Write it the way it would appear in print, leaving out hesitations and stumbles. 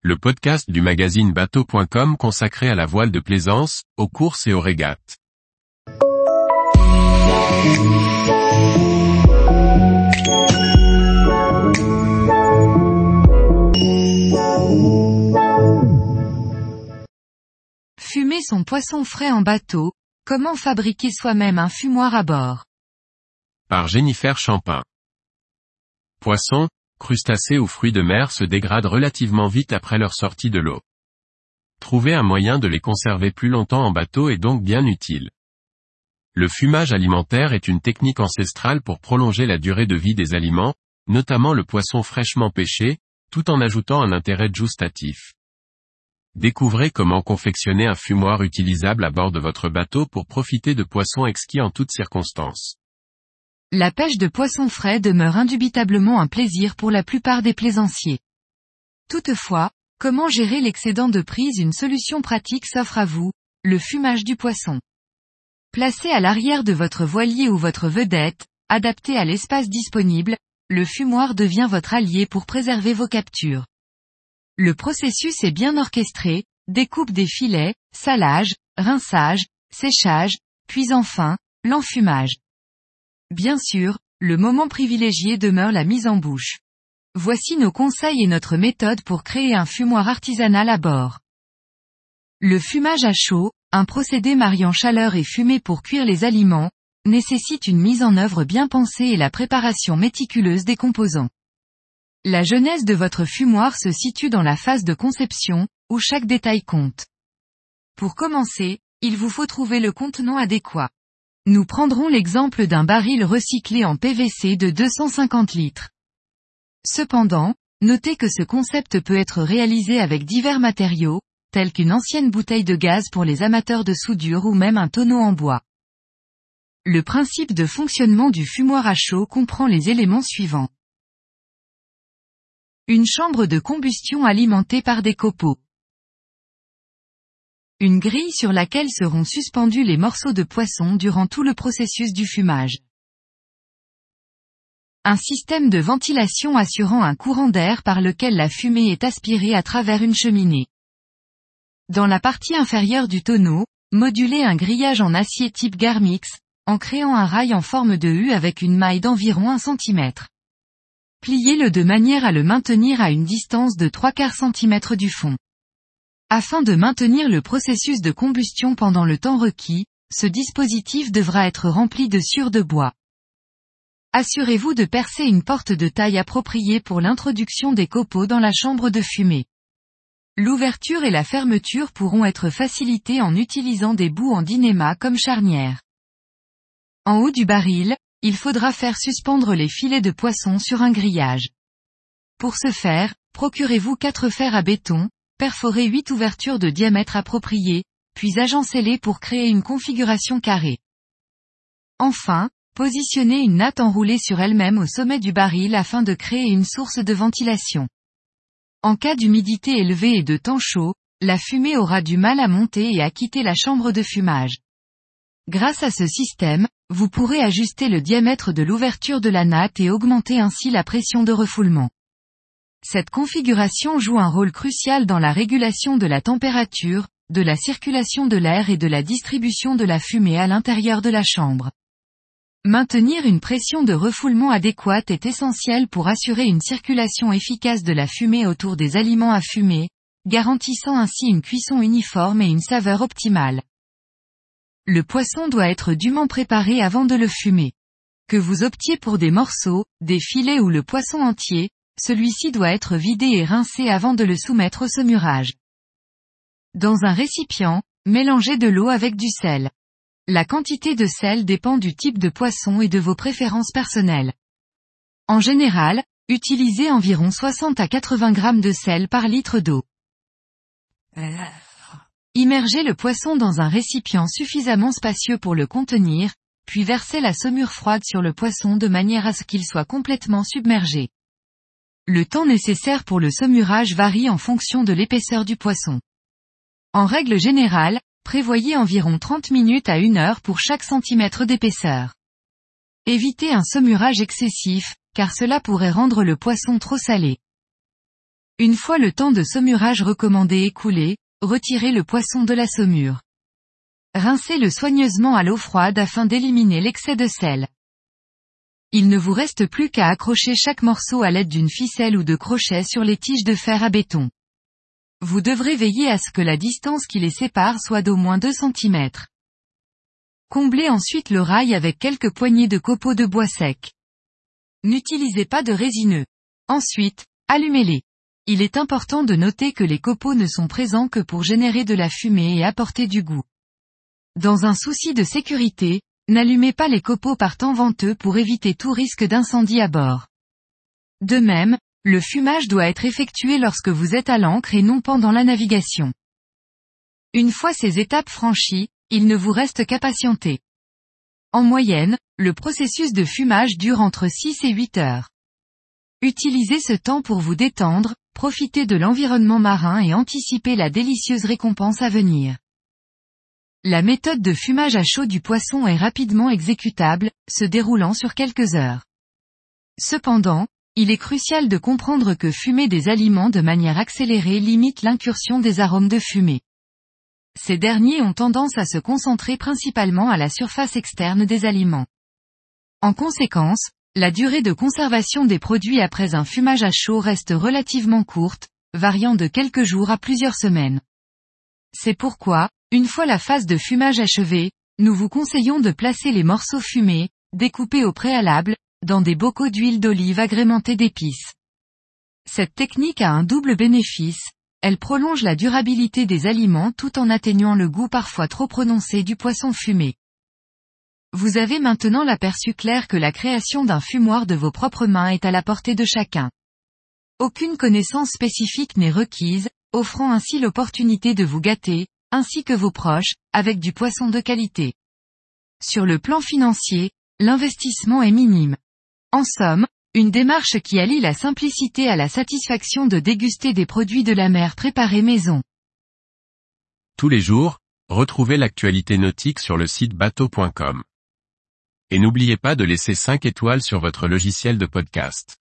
le podcast du magazine bateau.com consacré à la voile de plaisance, aux courses et aux régates. Fumer son poisson frais en bateau, comment fabriquer soi-même un fumoir à bord? Par Jennifer Champin. Poissons, crustacés ou fruits de mer se dégradent relativement vite après leur sortie de l'eau. Trouver un moyen de les conserver plus longtemps en bateau est donc bien utile. Le fumage alimentaire est une technique ancestrale pour prolonger la durée de vie des aliments, notamment le poisson fraîchement pêché, tout en ajoutant un intérêt gustatif. Découvrez comment confectionner un fumoir utilisable à bord de votre bateau pour profiter de poissons exquis en toutes circonstances. La pêche de poissons frais demeure indubitablement un plaisir pour la plupart des plaisanciers. Toutefois, comment gérer l'excédent de prise? Une solution pratique s'offre à vous, le fumage du poisson. Placé à l'arrière de votre voilier ou votre vedette, adapté à l'espace disponible, le fumoir devient votre allié pour préserver vos captures. Le processus est bien orchestré, découpe des filets, salage, rinçage, séchage, puis enfin, l'enfumage. Bien sûr, le moment privilégié demeure la mise en bouche. Voici nos conseils et notre méthode pour créer un fumoir artisanal à bord. Le fumage à chaud, un procédé mariant chaleur et fumée pour cuire les aliments, nécessite une mise en œuvre bien pensée et la préparation méticuleuse des composants. La genèse de votre fumoir se situe dans la phase de conception, où chaque détail compte. Pour commencer, il vous faut trouver le contenant adéquat. Nous prendrons l'exemple d'un baril recyclé en PVC de 250 litres. Cependant, notez que ce concept peut être réalisé avec divers matériaux, tels qu'une ancienne bouteille de gaz pour les amateurs de soudure ou même un tonneau en bois. Le principe de fonctionnement du fumoir à chaud comprend les éléments suivants. Une chambre de combustion alimentée par des copeaux. Une grille sur laquelle seront suspendus les morceaux de poisson durant tout le processus du fumage. Un système de ventilation assurant un courant d'air par lequel la fumée est aspirée à travers une cheminée. Dans la partie inférieure du tonneau, modulez un grillage en acier type Garmix, en créant un rail en forme de U avec une maille d'environ 1 cm. Pliez-le de manière à le maintenir à une distance de 3/4 cm du fond. Afin de maintenir le processus de combustion pendant le temps requis, ce dispositif devra être rempli de sciure de bois. Assurez-vous de percer une porte de taille appropriée pour l'introduction des copeaux dans la chambre de fumée. L'ouverture et la fermeture pourront être facilitées en utilisant des bouts en dynéma comme charnière. En haut du baril, il faudra faire suspendre les filets de poisson sur un grillage. Pour ce faire, procurez-vous 4 fers à béton, perforez 8 ouvertures de diamètre approprié, puis agencez-les pour créer une configuration carrée. Enfin, positionnez une natte enroulée sur elle-même au sommet du baril afin de créer une source de ventilation. En cas d'humidité élevée et de temps chaud, la fumée aura du mal à monter et à quitter la chambre de fumage. Grâce à ce système, vous pourrez ajuster le diamètre de l'ouverture de la natte et augmenter ainsi la pression de refoulement. Cette configuration joue un rôle crucial dans la régulation de la température, de la circulation de l'air et de la distribution de la fumée à l'intérieur de la chambre. Maintenir une pression de refoulement adéquate est essentiel pour assurer une circulation efficace de la fumée autour des aliments à fumer, garantissant ainsi une cuisson uniforme et une saveur optimale. Le poisson doit être dûment préparé avant de le fumer. Que vous optiez pour des morceaux, des filets ou le poisson entier, celui-ci doit être vidé et rincé avant de le soumettre au saumurage. Dans un récipient, mélangez de l'eau avec du sel. La quantité de sel dépend du type de poisson et de vos préférences personnelles. En général, utilisez environ 60 à 80 g de sel par litre d'eau. Immergez le poisson dans un récipient suffisamment spacieux pour le contenir, puis versez la saumure froide sur le poisson de manière à ce qu'il soit complètement submergé. Le temps nécessaire pour le saumurage varie en fonction de l'épaisseur du poisson. En règle générale, prévoyez environ 30 minutes à 1 heure pour chaque centimètre d'épaisseur. Évitez un saumurage excessif, car cela pourrait rendre le poisson trop salé. Une fois le temps de saumurage recommandé écoulé, retirez le poisson de la saumure. Rincez-le soigneusement à l'eau froide afin d'éliminer l'excès de sel. Il ne vous reste plus qu'à accrocher chaque morceau à l'aide d'une ficelle ou de crochet sur les tiges de fer à béton. Vous devrez veiller à ce que la distance qui les sépare soit d'au moins 2 cm. Comblez ensuite le rail avec quelques poignées de copeaux de bois sec. N'utilisez pas de résineux. Ensuite, allumez-les. Il est important de noter que les copeaux ne sont présents que pour générer de la fumée et apporter du goût. Dans un souci de sécurité, n'allumez pas les copeaux par temps venteux pour éviter tout risque d'incendie à bord. De même, le fumage doit être effectué lorsque vous êtes à l'ancre et non pendant la navigation. Une fois ces étapes franchies, il ne vous reste qu'à patienter. En moyenne, le processus de fumage dure entre 6 et 8 heures. Utilisez ce temps pour vous détendre, profiter de l'environnement marin et anticiper la délicieuse récompense à venir. La méthode de fumage à chaud du poisson est rapidement exécutable, se déroulant sur quelques heures. Cependant, il est crucial de comprendre que fumer des aliments de manière accélérée limite l'incursion des arômes de fumée. Ces derniers ont tendance à se concentrer principalement à la surface externe des aliments. En conséquence, la durée de conservation des produits après un fumage à chaud reste relativement courte, variant de quelques jours à plusieurs semaines. C'est pourquoi, une fois la phase de fumage achevée, nous vous conseillons de placer les morceaux fumés, découpés au préalable, dans des bocaux d'huile d'olive agrémentés d'épices. Cette technique a un double bénéfice, elle prolonge la durabilité des aliments tout en atténuant le goût parfois trop prononcé du poisson fumé. Vous avez maintenant l'aperçu clair que la création d'un fumoir de vos propres mains est à la portée de chacun. Aucune connaissance spécifique n'est requise, offrant ainsi l'opportunité de vous gâter, ainsi que vos proches, avec du poisson de qualité. Sur le plan financier, l'investissement est minime. En somme, une démarche qui allie la simplicité à la satisfaction de déguster des produits de la mer préparés maison. Tous les jours, retrouvez l'actualité nautique sur le site bateau.com. Et n'oubliez pas de laisser 5 étoiles sur votre logiciel de podcast.